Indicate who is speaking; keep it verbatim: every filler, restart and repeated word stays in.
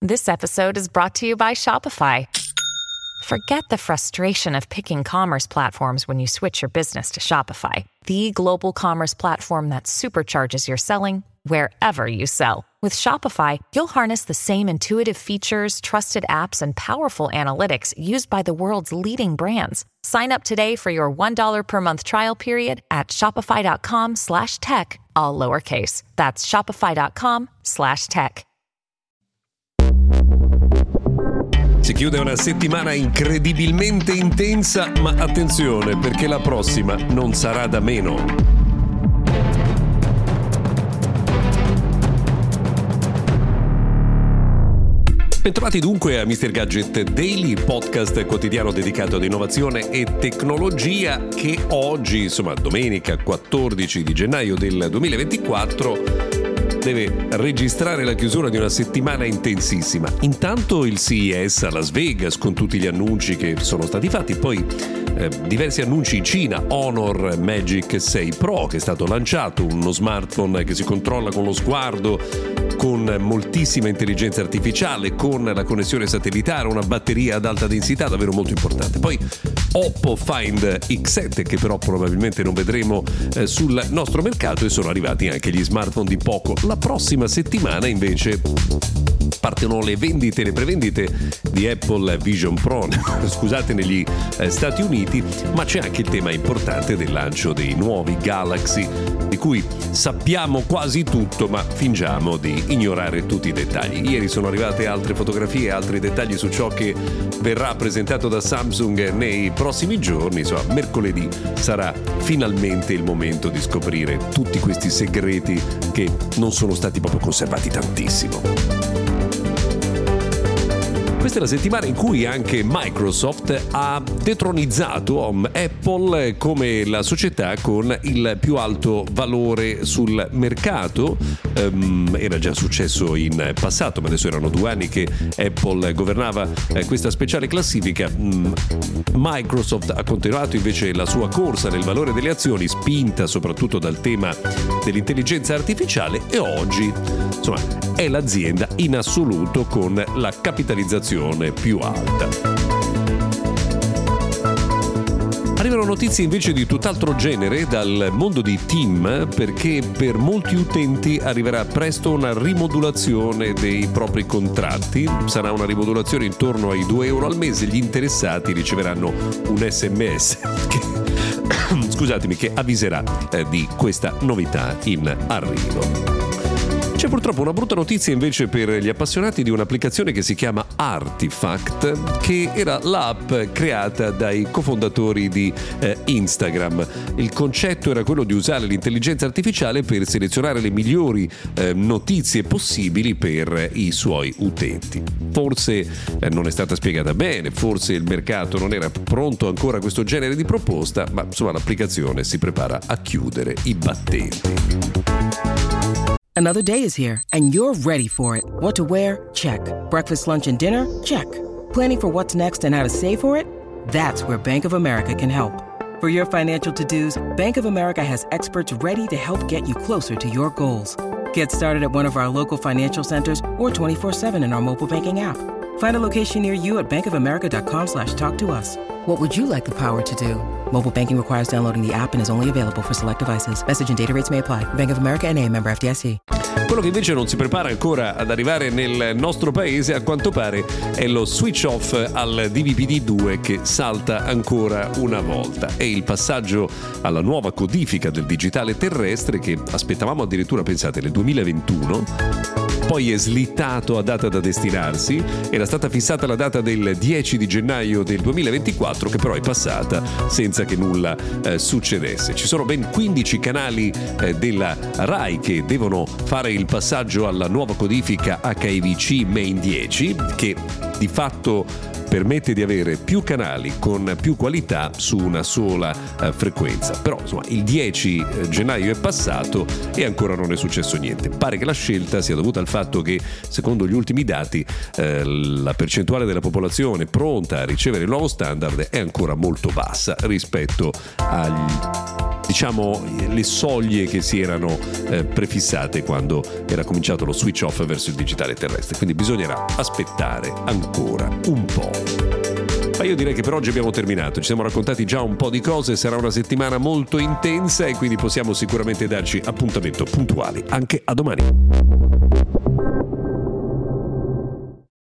Speaker 1: This episode is brought to you by Shopify. Forget the frustration of picking commerce platforms when you switch your business to Shopify, the global commerce platform that supercharges your selling wherever you sell. With Shopify, you'll harness the same intuitive features, trusted apps, and powerful analytics used by the world's leading brands. Sign up today for your one dollar per month trial period at shopify.com slash tech, all lowercase. That's shopify.com slash tech.
Speaker 2: Si chiude una settimana incredibilmente intensa, ma attenzione perché la prossima non sarà da meno. Bentrovati dunque a mister Gadget Daily, podcast quotidiano dedicato ad innovazione e tecnologia, che oggi, insomma domenica quattordici di gennaio del duemilaventiquattro, deve registrare la chiusura di una settimana intensissima. Intanto il C E S a Las Vegas con tutti gli annunci che sono stati fatti, poi eh, diversi annunci in Cina, Honor Magic sei Pro che è stato lanciato, uno smartphone che si controlla con lo sguardo, con moltissima intelligenza artificiale, con la connessione satellitare, una batteria ad alta densità davvero molto importante. Poi Oppo Find X sette che però probabilmente non vedremo eh, sul nostro mercato, e sono arrivati anche gli smartphone di Poco. La prossima settimana invece partono le vendite, le prevendite di Apple Vision Pro, scusate, negli eh, Stati Uniti, ma c'è anche il tema importante del lancio dei nuovi Galaxy, di cui sappiamo quasi tutto, ma fingiamo di ignorare tutti i dettagli. Ieri sono arrivate altre fotografie, altri dettagli su ciò che verrà presentato da Samsung nei prossimi giorni. Insomma, mercoledì sarà finalmente il momento di scoprire tutti questi segreti che non sono stati proprio conservati tantissimo. Questa è la settimana in cui anche Microsoft ha detronizzato Apple come la società con il più alto valore sul mercato. Um, era già successo in passato, ma adesso erano due anni che Apple governava eh, questa speciale classifica. Um, Microsoft ha continuato invece la sua corsa nel valore delle azioni, spinta soprattutto dal tema dell'intelligenza artificiale, e oggi, insomma, è l'azienda in assoluto con la capitalizzazione più alta. Arrivano notizie invece di tutt'altro genere dal mondo di Team, perché per molti utenti arriverà presto una rimodulazione dei propri contratti. Sarà una rimodulazione intorno ai due euro al mese. Gli interessati riceveranno un S M S che, scusatemi, che avviserà eh, di questa novità in arrivo. C'è purtroppo una brutta notizia invece per gli appassionati di un'applicazione che si chiama Artifact, che era l'app creata dai cofondatori di eh, Instagram. Il concetto era quello di usare l'intelligenza artificiale per selezionare le migliori eh, notizie possibili per i suoi utenti. Forse eh, non è stata spiegata bene, forse il mercato non era pronto ancora a questo genere di proposta, ma insomma l'applicazione si prepara a chiudere i battenti.
Speaker 3: Another day is here, and you're ready for it. What to wear? Check. Breakfast, lunch, and dinner? Check. Planning for what's next and how to save for it? That's where Bank of America can help. For your financial to-dos, Bank of America has experts ready to help get you closer to your goals. Get started at one of our local financial centers or twenty-four seven in our mobile banking app. Find a location near you at bankofamerica.com slash talk to us. What would you like the power to do? Mobile banking requires downloading the app and is only available for select devices. Message and data rates may apply. Bank of America N A, member F D I C.
Speaker 2: Quello che invece non si prepara ancora ad arrivare nel nostro paese, a quanto pare, è lo switch off al D V B T due che salta ancora una volta. È il passaggio alla nuova codifica del digitale terrestre che aspettavamo addirittura, pensate, nel duemilaventuno. Poi è slittato a data da destinarsi. Era stata fissata la data del dieci di gennaio del duemilaventiquattro, che però è passata senza che nulla eh, succedesse. Ci sono ben quindici canali eh, della Rai che devono fare il passaggio alla nuova codifica H E V C Main dieci, che di fatto permette di avere più canali con più qualità su una sola eh, frequenza. Però insomma il dieci gennaio è passato e ancora non è successo niente. Pare che la scelta sia dovuta al fatto che, secondo gli ultimi dati, eh, la percentuale della popolazione pronta a ricevere il nuovo standard è ancora molto bassa rispetto agli diciamo le soglie che si erano eh, prefissate quando era cominciato lo switch off verso il digitale terrestre, quindi bisognerà aspettare ancora un po'. Ma io direi che per oggi abbiamo terminato, ci siamo raccontati già un po' di cose, sarà una settimana molto intensa e quindi possiamo sicuramente darci appuntamento puntuali anche a domani.